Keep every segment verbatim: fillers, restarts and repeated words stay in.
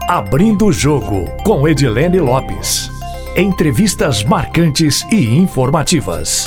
Abrindo o Jogo, com Edilene Lopes. Entrevistas marcantes e informativas.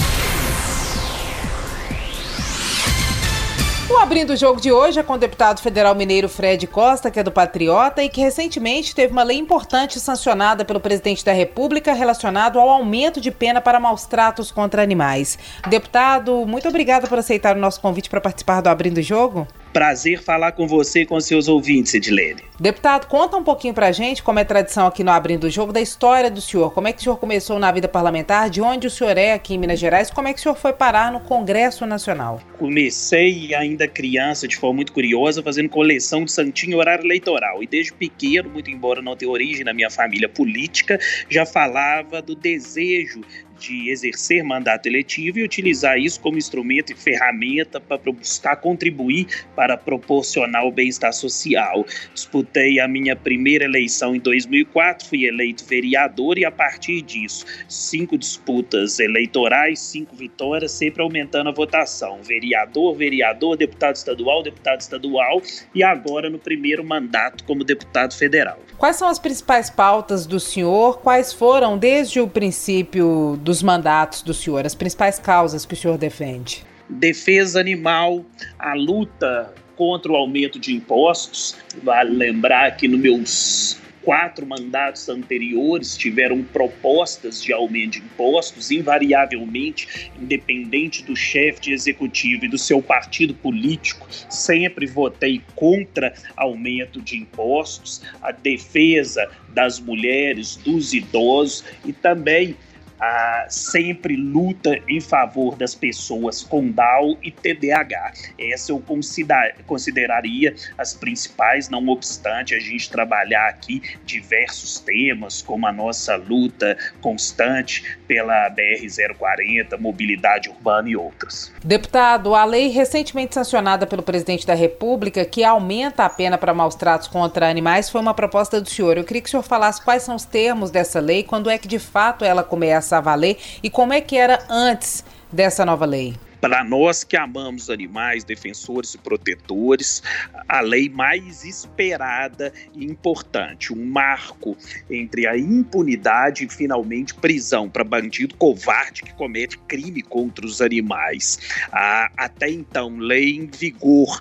O Abrindo o Jogo de hoje é com o deputado federal mineiro Fred Costa, que é do Patriota e que recentemente teve uma lei importante sancionada pelo presidente da República relacionado ao aumento de pena para maus tratos contra animais. Deputado, muito obrigada por aceitar o nosso convite para participar do Abrindo o Jogo. Prazer falar com você e com seus ouvintes, Edilene. Deputado, conta um pouquinho pra gente, como é tradição aqui no Abrindo o Jogo, da história do senhor. Como é que o senhor começou na vida parlamentar, de onde o senhor é aqui em Minas Gerais, como é que o senhor foi parar no Congresso Nacional? Comecei ainda criança, de forma muito curiosa, fazendo coleção de santinho horário eleitoral. E desde pequeno, muito embora não tenha origem na minha família política, já falava do desejo de exercer mandato eletivo e utilizar isso como instrumento e ferramenta para buscar contribuir para proporcionar o bem-estar social. Disputei a minha primeira eleição em dois mil e quatro, fui eleito vereador e a partir disso, cinco disputas eleitorais, cinco vitórias, sempre aumentando a votação. Vereador, vereador, deputado estadual, deputado estadual e agora no primeiro mandato como deputado federal. Quais são as principais pautas do senhor? Quais foram, desde o princípio dos mandatos do senhor, as principais causas que o senhor defende? Defesa animal, a luta contra o aumento de impostos. Vale lembrar que nos meus quatro mandatos anteriores tiveram propostas de aumento de impostos, invariavelmente, independente do chefe de executivo e do seu partido político, sempre votei contra aumento de impostos, a defesa das mulheres, dos idosos e também a sempre luta em favor das pessoas com Down e T D A H. Essa eu consider, consideraria as principais, não obstante a gente trabalhar aqui diversos temas, como a nossa luta constante pela B R zero quarenta, mobilidade urbana e outras. Deputado, a lei recentemente sancionada pelo presidente da República, que aumenta a pena para maus tratos contra animais, foi uma proposta do senhor. Eu queria que o senhor falasse quais são os termos dessa lei, quando é que de fato ela começa a valer e como é que era antes dessa nova lei. Para nós que amamos animais, defensores e protetores, a lei mais esperada e importante, um marco entre a impunidade e, finalmente, prisão para bandido covarde que comete crime contra os animais. Ah, até então, lei em vigor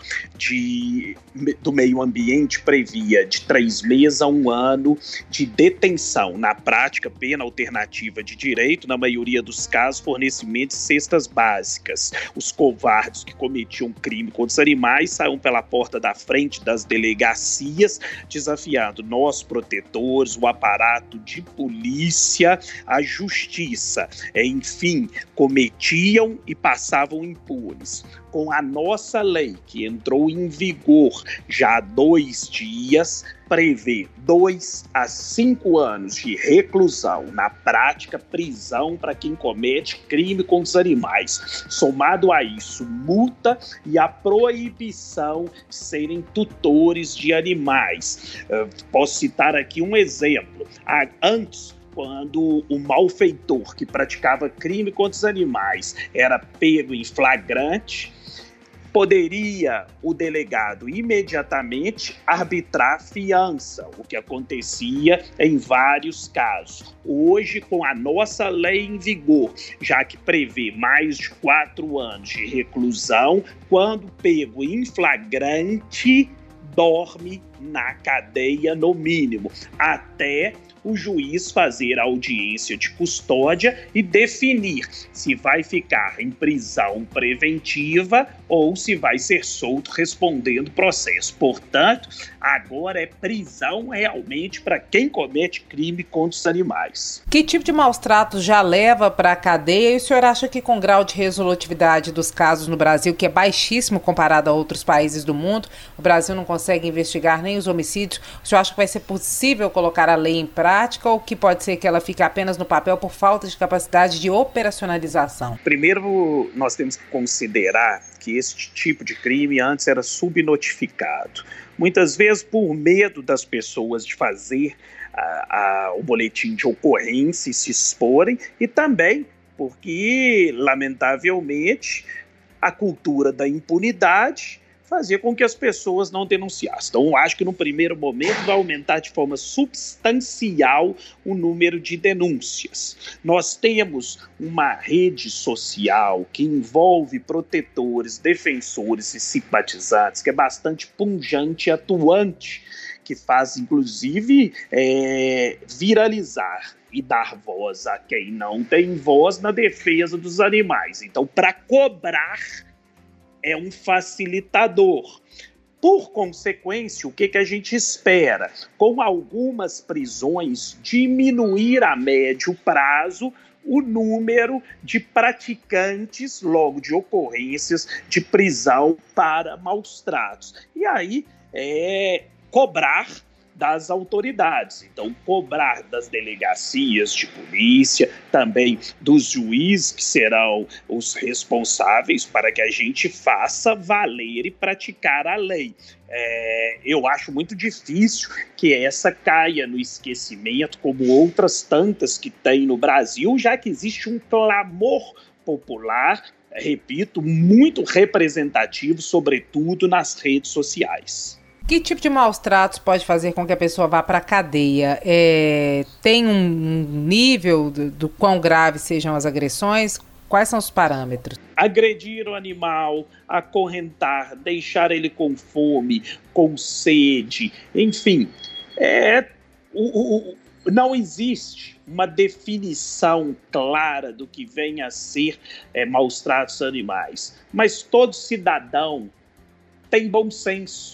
de, do meio ambiente previa de três meses a um ano de detenção. Na prática, pena alternativa de direito, na maioria dos casos, fornecimento de cestas básicas. Os covardes que cometiam crime contra os animais saíam pela porta da frente das delegacias, desafiando nós, protetores, o aparato de polícia, a justiça. Enfim, cometiam e passavam impunes. Com a nossa lei, que entrou em vigor já há dois dias, prevê dois a cinco anos de reclusão, na prática, prisão para quem comete crime contra os animais. Somado a isso, multa e a proibição de serem tutores de animais. Uh, posso citar aqui um exemplo. Ah, antes, quando o malfeitor que praticava crime contra os animais era pego em flagrante, poderia o delegado imediatamente arbitrar fiança, o que acontecia em vários casos. Hoje, com a nossa lei em vigor, já que prevê mais de quatro anos de reclusão, quando pego em flagrante, dorme na cadeia no mínimo, até o juiz fazer a audiência de custódia e definir se vai ficar em prisão preventiva ou se vai ser solto respondendo processo. Portanto, agora é prisão realmente para quem comete crime contra os animais. Que tipo de maus tratos já leva para a cadeia e o senhor acha que com o grau de resolutividade dos casos no Brasil, que é baixíssimo comparado a outros países do mundo, o Brasil não consegue investigar nem os homicídios, o senhor acha que vai ser possível colocar a lei em prática? Prática, ou que pode ser que ela fique apenas no papel por falta de capacidade de operacionalização? Primeiro, nós temos que considerar que este tipo de crime antes era subnotificado. Muitas vezes por medo das pessoas de fazer a, a, o boletim de ocorrência e se exporem, e também porque, lamentavelmente, a cultura da impunidade fazer com que as pessoas não denunciassem. Então, eu acho que no primeiro momento vai aumentar de forma substancial o número de denúncias. Nós temos uma rede social que envolve protetores, defensores e simpatizantes, que é bastante pungente e atuante, que faz, inclusive, é, viralizar e dar voz a quem não tem voz na defesa dos animais. Então, para cobrar, é um facilitador. Por consequência, o que, que a gente espera? Com algumas prisões, diminuir a médio prazo o número de praticantes, logo de ocorrências de prisão para maus tratos. E aí, é, cobrar das autoridades. Então, cobrar das delegacias de polícia, também dos juízes, que serão os responsáveis para que a gente faça valer e praticar a lei. É, eu acho muito difícil que essa caia no esquecimento, como outras tantas que tem no Brasil, já que existe um clamor popular, repito, muito representativo, sobretudo nas redes sociais. Que tipo de maus tratos pode fazer com que a pessoa vá para a cadeia? É, tem um nível do, do quão graves sejam as agressões? Quais são os parâmetros? Agredir o animal, acorrentar, deixar ele com fome, com sede, enfim. É, o, o, não existe uma definição clara do que vem a ser é, maus tratos animais, mas todo cidadão tem bom senso.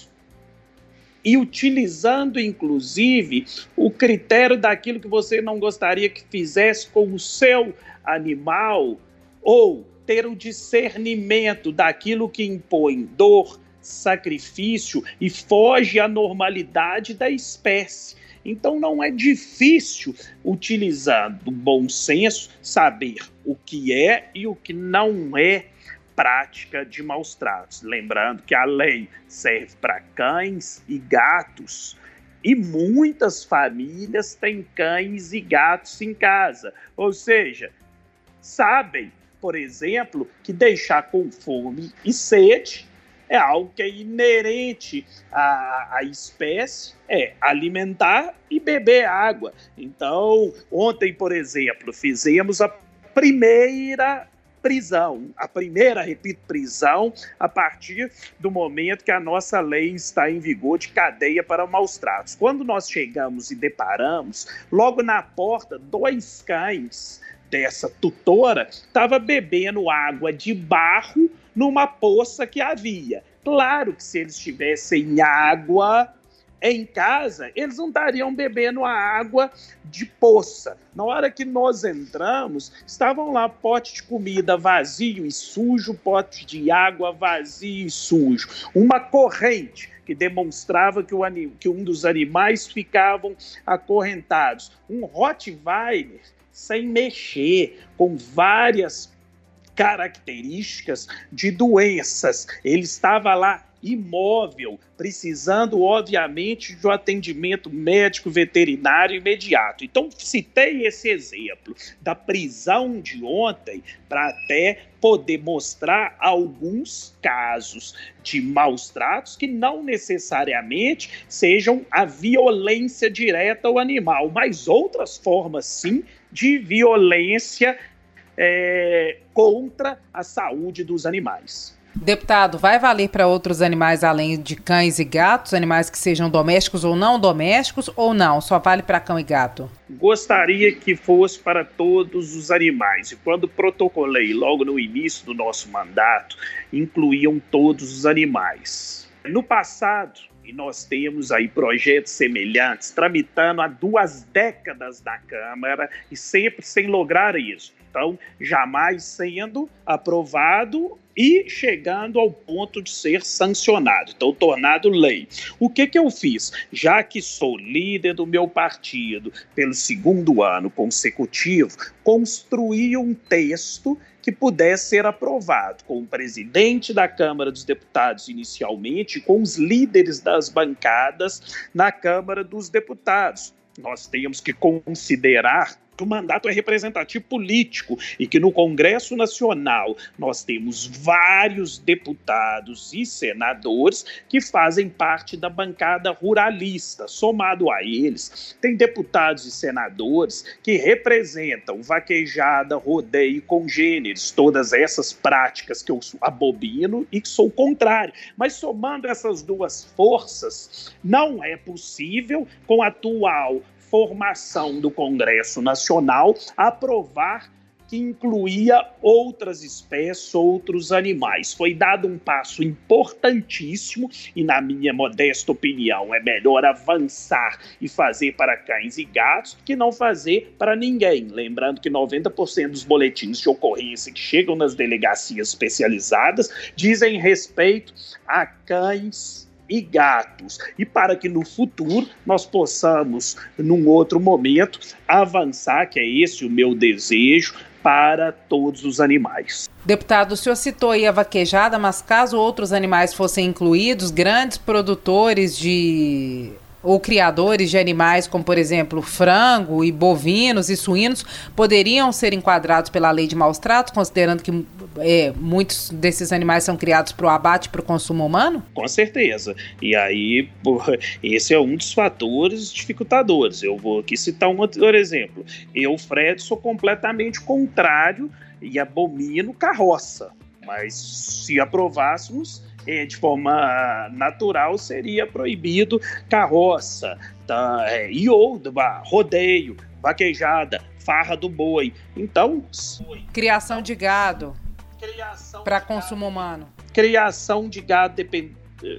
E utilizando, inclusive, o critério daquilo que você não gostaria que fizesse com o seu animal, ou ter o discernimento daquilo que impõe dor, sacrifício e foge à normalidade da espécie. Então não é difícil, utilizando o bom senso, saber o que é e o que não é prática de maus tratos. Lembrando que a lei serve para cães e gatos, e muitas famílias têm cães e gatos em casa. Ou seja, sabem, por exemplo, que deixar com fome e sede é algo que é inerente à, à espécie, é alimentar e beber água. Então, ontem, por exemplo, fizemos a primeira prisão, a primeira, repito, prisão, a partir do momento que a nossa lei está em vigor de cadeia para maus tratos. Quando nós chegamos e deparamos, logo na porta, dois cães dessa tutora estavam bebendo água de barro numa poça que havia. Claro que se eles tivessem água em casa, eles não estariam bebendo a água de poça. Na hora que nós entramos, estavam lá pote de comida vazio e sujo, pote de água vazio e sujo. Uma corrente que demonstrava que, o anim... que um dos animais ficavam acorrentados. Um Rottweiler sem mexer, com várias características de doenças. Ele estava lá imóvel, precisando, obviamente, de um atendimento médico veterinário imediato. Então, citei esse exemplo da prisão de ontem para até poder mostrar alguns casos de maus tratos que não necessariamente sejam a violência direta ao animal, mas outras formas, sim, de violência é, contra a saúde dos animais. Deputado, vai valer para outros animais além de cães e gatos, animais que sejam domésticos ou não domésticos, ou não? Só vale para cão e gato? Gostaria que fosse para todos os animais. E quando protocolei logo no início do nosso mandato, incluíam todos os animais. No passado, e nós temos aí projetos semelhantes tramitando há duas décadas na Câmara e sempre sem lograr isso. Então, jamais sendo aprovado e chegando ao ponto de ser sancionado, então tornado lei. O que que eu fiz? Já que sou líder do meu partido pelo segundo ano consecutivo, construí um texto que pudesse ser aprovado, com o presidente da Câmara dos Deputados inicialmente, com os líderes das bancadas na Câmara dos Deputados. Nós temos que considerar que o mandato é representativo político e que no Congresso Nacional nós temos vários deputados e senadores que fazem parte da bancada ruralista. Somado a eles, tem deputados e senadores que representam vaquejada, rodeio e congêneres, todas essas práticas que eu abomino e que sou contrário. Mas somando essas duas forças, não é possível, com a atual formação do Congresso Nacional, aprovar que incluía outras espécies, outros animais. Foi dado um passo importantíssimo e, na minha modesta opinião, é melhor avançar e fazer para cães e gatos que não fazer para ninguém. Lembrando que noventa por cento dos boletins de ocorrência que chegam nas delegacias especializadas dizem respeito a cães e gatos, e para que no futuro nós possamos, num outro momento, avançar, que é esse o meu desejo, para todos os animais. Deputado, o senhor citou aí a vaquejada, mas caso outros animais fossem incluídos, grandes produtores de ou criadores de animais, como por exemplo frango e bovinos e suínos, poderiam ser enquadrados pela lei de maus tratos, considerando que é, muitos desses animais são criados para o abate e para o consumo humano? Com certeza. E aí, esse é um dos fatores dificultadores. Eu vou aqui citar um outro exemplo. Eu, Fred, sou completamente contrário e abomino carroça. Mas se aprovássemos, de forma natural, seria proibido carroça, tá, é, e ou rodeio, vaquejada, farra do boi. Então, criação de gado para consumo gado, humano. Criação de gado depende.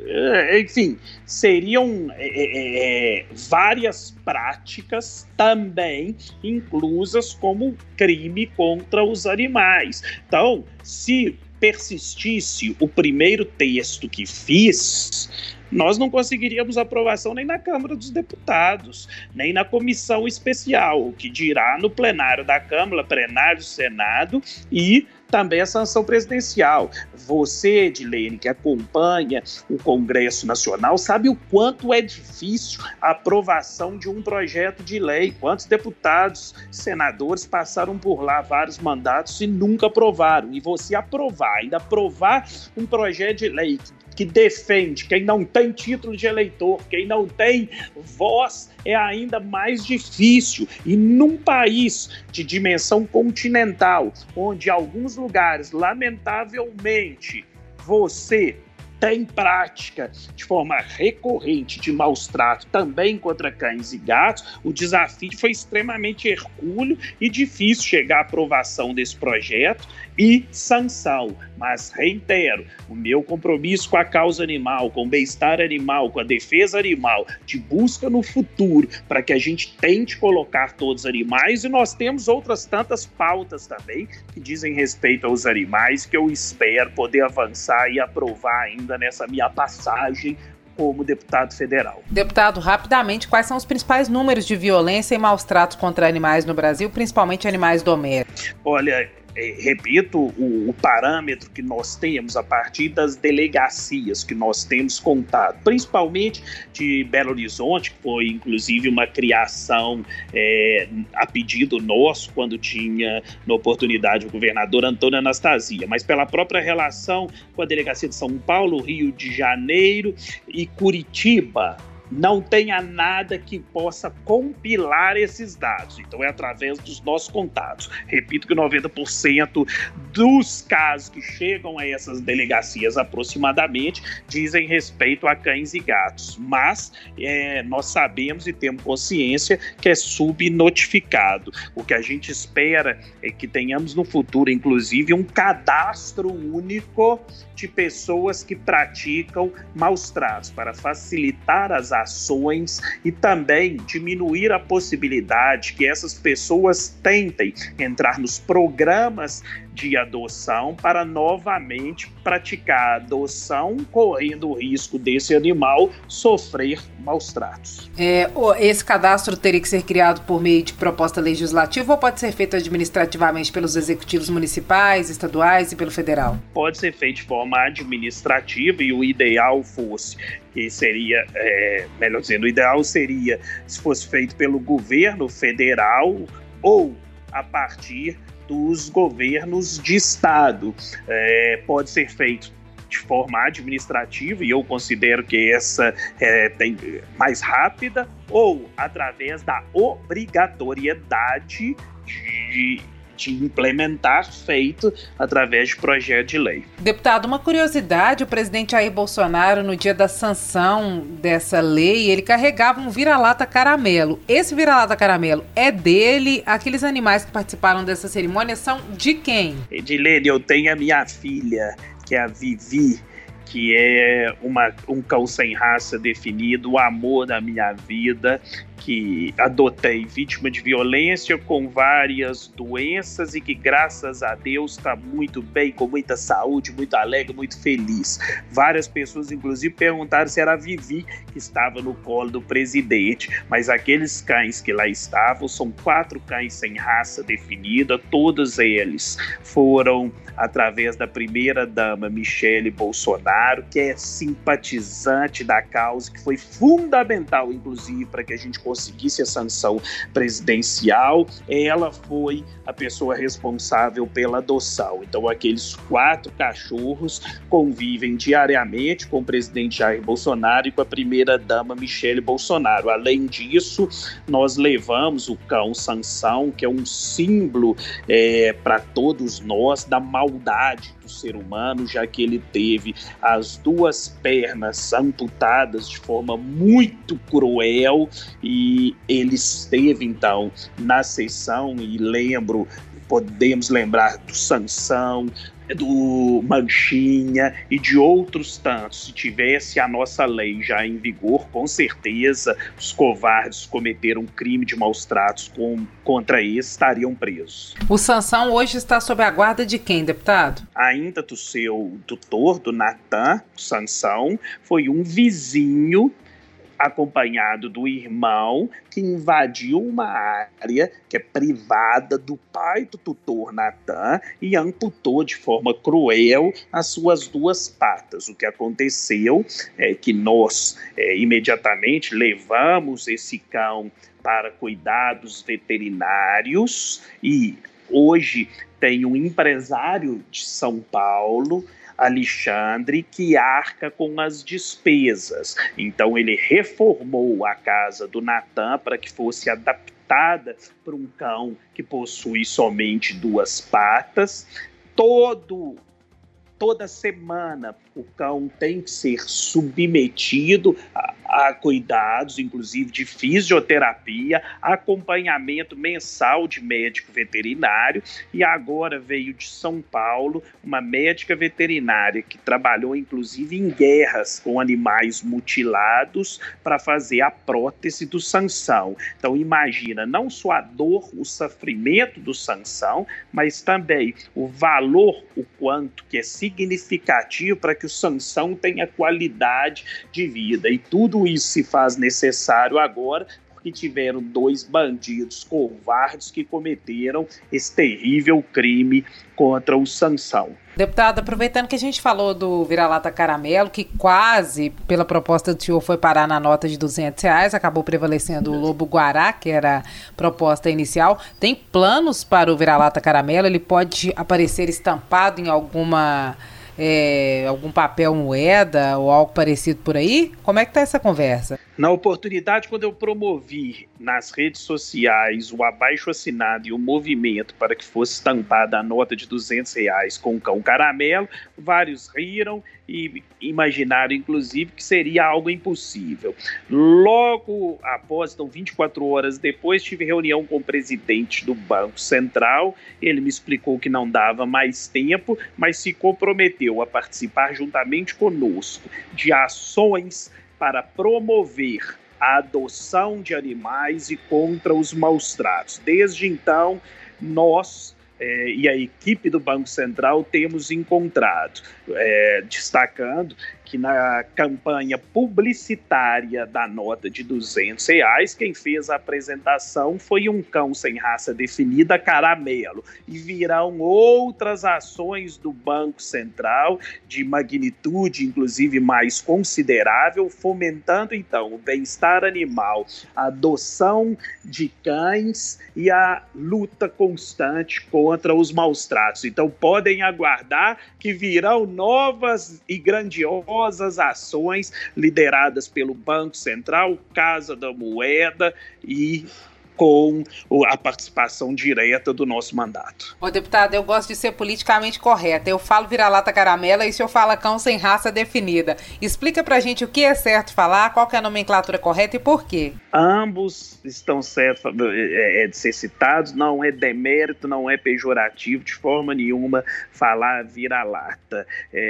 Enfim, seriam é, é, várias práticas também inclusas como crime contra os animais. Então, se persistisse o primeiro texto que fiz, nós não conseguiríamos aprovação nem na Câmara dos Deputados, nem na comissão especial, o que dirá no plenário da Câmara, plenário do Senado e também a sanção presidencial. Você, Edilene, que acompanha o Congresso Nacional, sabe o quanto é difícil a aprovação de um projeto de lei. Quantos deputados, senadores passaram por lá vários mandatos e nunca aprovaram. E você aprovar, ainda aprovar um projeto de lei que que defende quem não tem título de eleitor, quem não tem voz, é ainda mais difícil. E num país de dimensão continental, onde em alguns lugares, lamentavelmente, você tem prática de forma recorrente de maus tratos também contra cães e gatos, o desafio foi extremamente hercúleo e difícil chegar à aprovação desse projeto e sanção. Mas, reitero, o meu compromisso com a causa animal, com o bem-estar animal, com a defesa animal, de busca no futuro, para que a gente tente colocar todos os animais, e nós temos outras tantas pautas também que dizem respeito aos animais, que eu espero poder avançar e aprovar ainda nessa minha passagem como deputado federal. Deputado, rapidamente, quais são os principais números de violência e maus tratos contra animais no Brasil, principalmente animais domésticos? Olha, é, repito, o, o parâmetro que nós temos a partir das delegacias que nós temos contado, principalmente de Belo Horizonte, que foi inclusive uma criação é, a pedido nosso, quando tinha na oportunidade o governador Antônio Anastasia, mas pela própria relação com a delegacia de São Paulo, Rio de Janeiro e Curitiba, não tenha nada que possa compilar esses dados. Então é através dos nossos contatos. Repito que noventa por cento dos casos que chegam a essas delegacias aproximadamente dizem respeito a cães e gatos. Mas é, nós sabemos e temos consciência que é subnotificado. O que a gente espera é que tenhamos no futuro, inclusive, um cadastro único de pessoas que praticam maus tratos para facilitar as ações e também diminuir a possibilidade que essas pessoas tentem entrar nos programas de adoção para novamente praticar a adoção, correndo o risco desse animal sofrer maus tratos. É, esse cadastro teria que ser criado por meio de proposta legislativa ou pode ser feito administrativamente pelos executivos municipais, estaduais e pelo federal? Pode ser feito de forma administrativa e o ideal fosse que seria, é, melhor dizendo, o ideal seria se fosse feito pelo governo federal ou a partir dos governos de estado. É, pode ser feito de forma administrativa, e eu considero que essa é tem, mais rápida, ou através da obrigatoriedade de, de implementar, feito através de projeto de lei. Deputado, uma curiosidade, o presidente Jair Bolsonaro, no dia da sanção dessa lei, ele carregava um vira-lata caramelo. Esse vira-lata caramelo é dele? Aqueles animais que participaram dessa cerimônia são de quem? Edilene, eu tenho a minha filha, que é a Vivi, que é uma, um cão sem raça definido, o amor da minha vida, que adotei, vítima de violência, com várias doenças e que, graças a Deus, está muito bem, com muita saúde, muito alegre, muito feliz. Várias pessoas, inclusive, perguntaram se era a Vivi que estava no colo do presidente, mas aqueles cães que lá estavam são quatro cães sem raça definida, todos eles foram através da primeira-dama Michele Bolsonaro, que é simpatizante da causa, que foi fundamental, inclusive, para que a gente conseguisse a sanção presidencial. Ela foi a pessoa responsável pela adoção. Então, aqueles quatro cachorros convivem diariamente com o presidente Jair Bolsonaro e com a primeira-dama Michele Bolsonaro. Além disso, nós levamos o cão Sansão, que é um símbolo é, para todos nós da maldade do ser humano, já que ele teve as duas pernas amputadas de forma muito cruel, e ele esteve então na sessão, e lembro, podemos lembrar do Sansão, do Manchinha e de outros tantos. Se tivesse a nossa lei já em vigor, com certeza os covardes que cometeram crime de maus tratos com, contra eles estariam presos. O Sansão hoje está sob a guarda de quem, deputado? Ainda do seu tutor, do Natan. O Sansão foi um vizinho acompanhado do irmão, que invadiu uma área que é privada do pai do tutor Natan e amputou de forma cruel as suas duas patas. O que aconteceu é que nós é, imediatamente levamos esse cão para cuidados veterinários, e hoje tem um empresário de São Paulo, Alexandre, que arca com as despesas. Então ele reformou a casa do Natan para que fosse adaptada para um cão que possui somente duas patas. Todo, toda semana o cão tem que ser submetido a, a cuidados, inclusive de fisioterapia, acompanhamento mensal de médico veterinário, e agora veio de São Paulo uma médica veterinária que trabalhou inclusive em guerras com animais mutilados para fazer a prótese do Sansão. Então imagina, não só a dor, o sofrimento do Sansão, mas também o valor, o quanto que é significativo para que o Sansão tenha qualidade de vida. E tudo isso se faz necessário agora porque tiveram dois bandidos covardes que cometeram esse terrível crime contra o Sansão. Deputado, aproveitando que a gente falou do vira-lata caramelo, que quase, pela proposta do senhor, foi parar na nota de duzentos reais, acabou prevalecendo o lobo-guará, que era a proposta inicial. Tem planos para o vira-lata caramelo? Ele pode aparecer estampado em alguma... É, algum papel moeda ou algo parecido por aí? Como é que está essa conversa? Na oportunidade, quando eu promovi nas redes sociais o abaixo-assinado e o movimento para que fosse estampada a nota de duzentos reais com o cão caramelo, vários riram e imaginaram, inclusive, que seria algo impossível. Logo após, então vinte e quatro horas depois, tive reunião com o presidente do Banco Central. Ele me explicou que não dava mais tempo, mas se comprometeu a participar juntamente conosco de ações para promover a adoção de animais e contra os maus tratos. Desde então, nós é, e a equipe do Banco Central temos encontrado, é, destacando que na campanha publicitária da nota de duzentos reais, quem fez a apresentação foi um cão sem raça definida, Caramelo. E virão outras ações do Banco Central de magnitude, inclusive mais considerável, fomentando então o bem-estar animal, a adoção de cães e a luta constante contra os maus tratos. Então podem aguardar que virão novas e grandiosas ações lideradas pelo Banco Central, Casa da Moeda e com a participação direta do nosso mandato. Ô, deputado, eu gosto de ser politicamente correta. Eu falo vira-lata caramela e o senhor fala cão sem raça definida. Explica pra gente o que é certo falar, qual que é a nomenclatura correta e por quê. Ambos estão certos é, é, de ser citados, não é demérito, não é pejorativo de forma nenhuma falar vira-lata.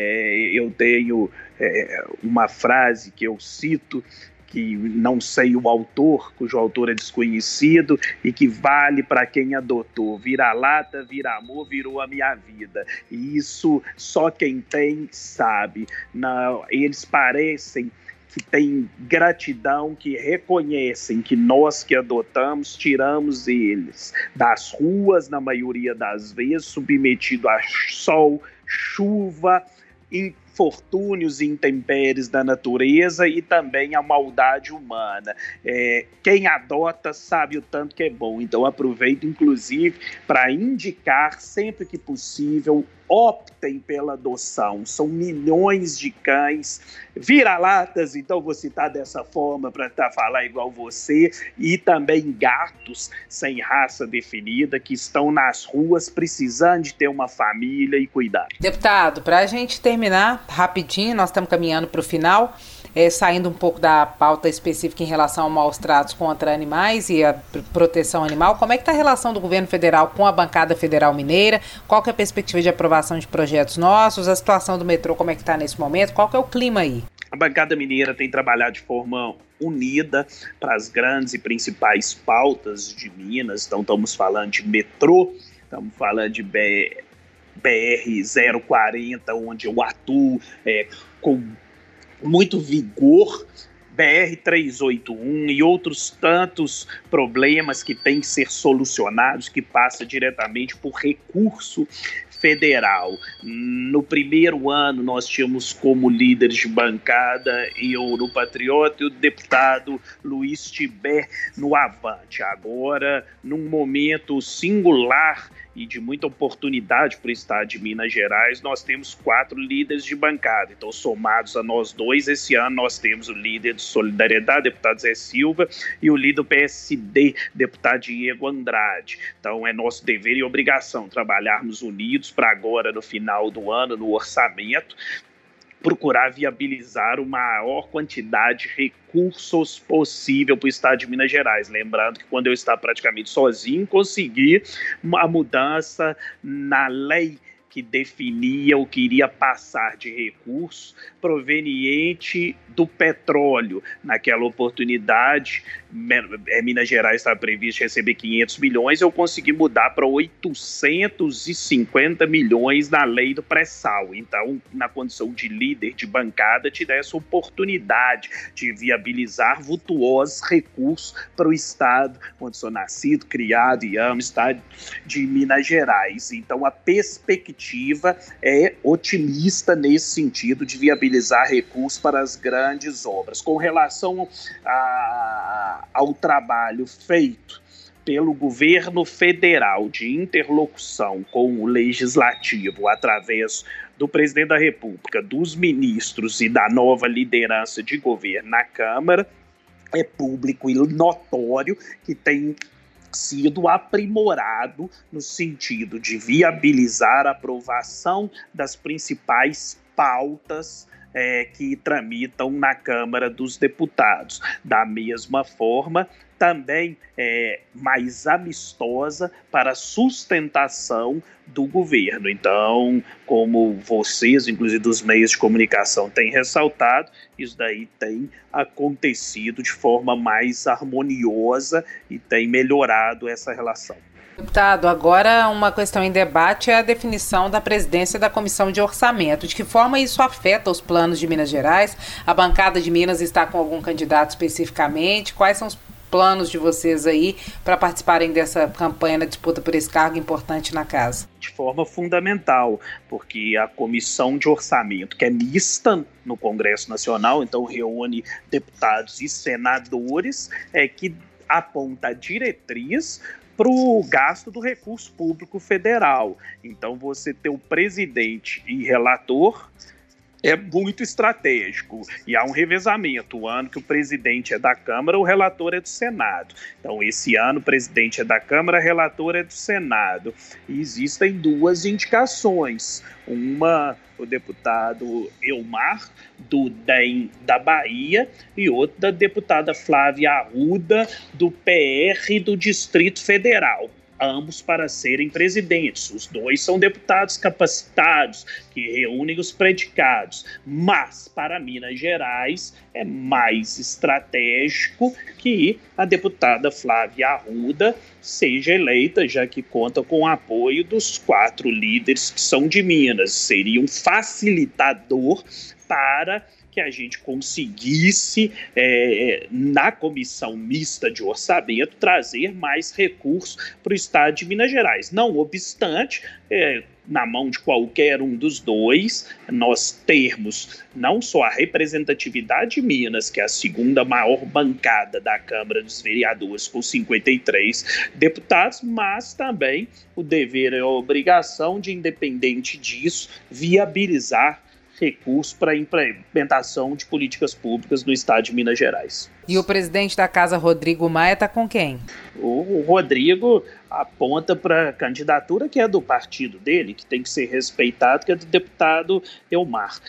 É, eu tenho é, uma frase que eu cito, que não sei o autor, cujo autor é desconhecido, e que vale para quem adotou. Vira-lata, vira amor, virou a minha vida. E isso só quem tem sabe. Não, eles parecem que têm gratidão, que reconhecem que nós que adotamos, tiramos eles das ruas, na maioria das vezes, submetido a sol, chuva, infortúnios e intempéries da natureza e também a maldade humana. É, quem adota sabe o tanto que é bom, então aproveito inclusive para indicar sempre que possível, optem pela adoção. São milhões de cães vira-latas, então vou citar dessa forma para tá, falar igual você, e também gatos sem raça definida que estão nas ruas precisando de ter uma família e cuidar. Deputado, para a gente terminar rapidinho, nós estamos caminhando para o final, é, saindo um pouco da pauta específica em relação a maus tratos contra animais e a proteção animal, como é que está a relação do governo federal com a bancada federal mineira? Qual que é a perspectiva de aprovação de projetos nossos? A situação do metrô, como é que está nesse momento? Qual que é o clima aí? A bancada mineira tem trabalhado de forma unida para as grandes e principais pautas de Minas. Então estamos falando de metrô, estamos falando de B R zero quarenta, onde eu atuo é, com muito vigor, B R trezentos e oitenta e um e outros tantos problemas que têm que ser solucionados, que passa diretamente por recurso federal. No primeiro ano nós tínhamos como líderes de bancada eu no Patriota e o deputado Luiz Tibé no Avante. Agora, num momento singular e de muita oportunidade para o estado de Minas Gerais, nós temos quatro líderes de bancada. Então, somados a nós dois, esse ano nós temos o líder de Solidariedade, deputado Zé Silva, e o líder do P S D, deputado Diego Andrade. Então, é nosso dever e obrigação trabalharmos unidos para agora, no final do ano, no orçamento, procurar viabilizar a maior quantidade de recursos possível para o estado de Minas Gerais. Lembrando que quando eu estava praticamente sozinho, consegui uma mudança na lei que definia o que iria passar de recurso proveniente do petróleo. Naquela oportunidade, Minas Gerais estava previsto receber quinhentos milhões, eu consegui mudar para oitocentos e cinquenta milhões na lei do pré-sal. Então, na condição de líder de bancada, tive essa oportunidade de viabilizar vultuosos recursos para o estado onde sou nascido, criado e amo, estado de Minas Gerais. Então, a perspectiva é otimista nesse sentido de viabilizar recursos para as grandes obras. Com relação a, ao trabalho feito pelo governo federal de interlocução com o legislativo através do presidente da República, dos ministros e da nova liderança de governo na Câmara, é público e notório que tem sido aprimorado no sentido de viabilizar a aprovação das principais pautas é, que tramitam na Câmara dos Deputados. Da mesma forma, também é, mais amistosa para a sustentação do governo. Então, como vocês, inclusive dos meios de comunicação, têm ressaltado, isso daí tem acontecido de forma mais harmoniosa e tem melhorado essa relação. Deputado, agora uma questão em debate é a definição da presidência da Comissão de Orçamento. De que forma isso afeta os planos de Minas Gerais? A bancada de Minas está com algum candidato especificamente? Quais são os planos de vocês aí para participarem dessa campanha na disputa por esse cargo importante na casa? De forma fundamental, porque a Comissão de Orçamento, que é mista no Congresso Nacional, então reúne deputados e senadores, é que aponta a diretriz para o gasto do recurso público federal. Então, você ter o presidente e relator é muito estratégico, e há um revezamento. O ano que o presidente é da Câmara, o relator é do Senado. Então, esse ano o presidente é da Câmara, o relator é do Senado. E existem duas indicações. Uma, o deputado Elmar, do D E M da Bahia, e outra da deputada Flávia Arruda, do P R do Distrito Federal. Ambos para serem presidentes. Os dois são deputados capacitados, que reúnem os predicados. Mas, para Minas Gerais, é mais estratégico que a deputada Flávia Arruda seja eleita, já que conta com o apoio dos quatro líderes que são de Minas. Seria um facilitador para que a gente conseguisse, é, na comissão mista de orçamento, trazer mais recursos para o estado de Minas Gerais. Não obstante, é, na mão de qualquer um dos dois, nós termos não só a representatividade de Minas, que é a segunda maior bancada da Câmara dos Vereadores, com cinquenta e três deputados, mas também o dever e a obrigação de, independente disso, viabilizar recursos para a implementação de políticas públicas no estado de Minas Gerais. E o presidente da casa, Rodrigo Maia, está com quem? O Rodrigo aponta para a candidatura que é do partido dele, que tem que ser respeitado, que é do deputado Elmar.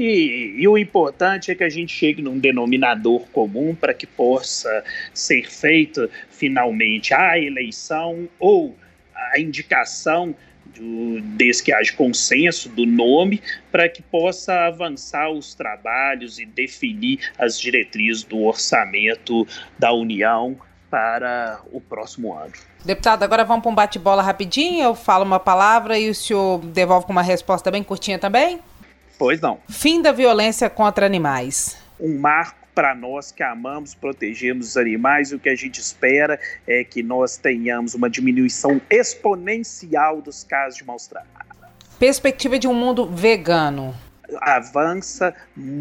E, e o importante é que a gente chegue num denominador comum para que possa ser feita finalmente a eleição ou a indicação Do, desde que haja consenso do nome, para que possa avançar os trabalhos e definir as diretrizes do orçamento da União para o próximo ano. Deputado, agora vamos para um bate-bola rapidinho, eu falo uma palavra e o senhor devolve com uma resposta bem curtinha também? Pois não. Fim da violência contra animais. Um marco para nós que amamos, protegemos os animais, e o que a gente espera é que nós tenhamos uma diminuição exponencial dos casos de maus tratos. Perspectiva de um mundo vegano. Avança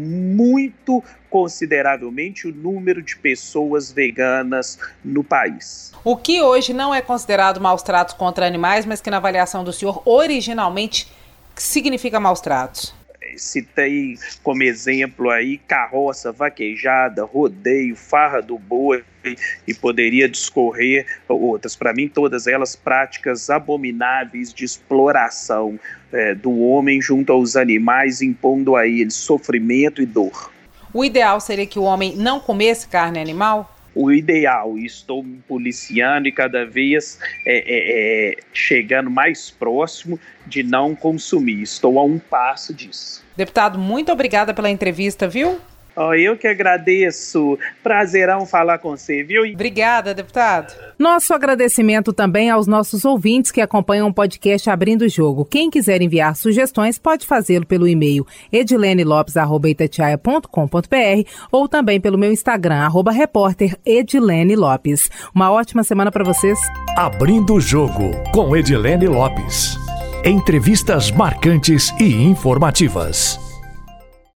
muito consideravelmente o número de pessoas veganas no país. O que hoje não é considerado maus tratos contra animais, mas que na avaliação do senhor originalmente significa maus tratos? Citei como exemplo aí carroça, vaquejada, rodeio, farra do boi, e poderia discorrer outras. Para mim, todas elas práticas abomináveis de exploração é, do homem junto aos animais, impondo a eles sofrimento e dor. O ideal seria que o homem não comesse carne animal? O ideal, e estou me policiando e cada vez é, é, é, chegando mais próximo de não consumir. Estou a um passo disso. Deputado, muito obrigada pela entrevista, viu? Oh, eu que agradeço. Prazerão falar com você, viu? Obrigada, deputado. Nosso agradecimento também aos nossos ouvintes que acompanham o podcast Abrindo o Jogo. Quem quiser enviar sugestões pode fazê-lo pelo e-mail edilene lopes arroba itatiaia ponto com ponto br ou também pelo meu Instagram, arroba repórter Edilene Lopes. Uma ótima semana para vocês. Abrindo o Jogo com Edilene Lopes. Entrevistas marcantes e informativas.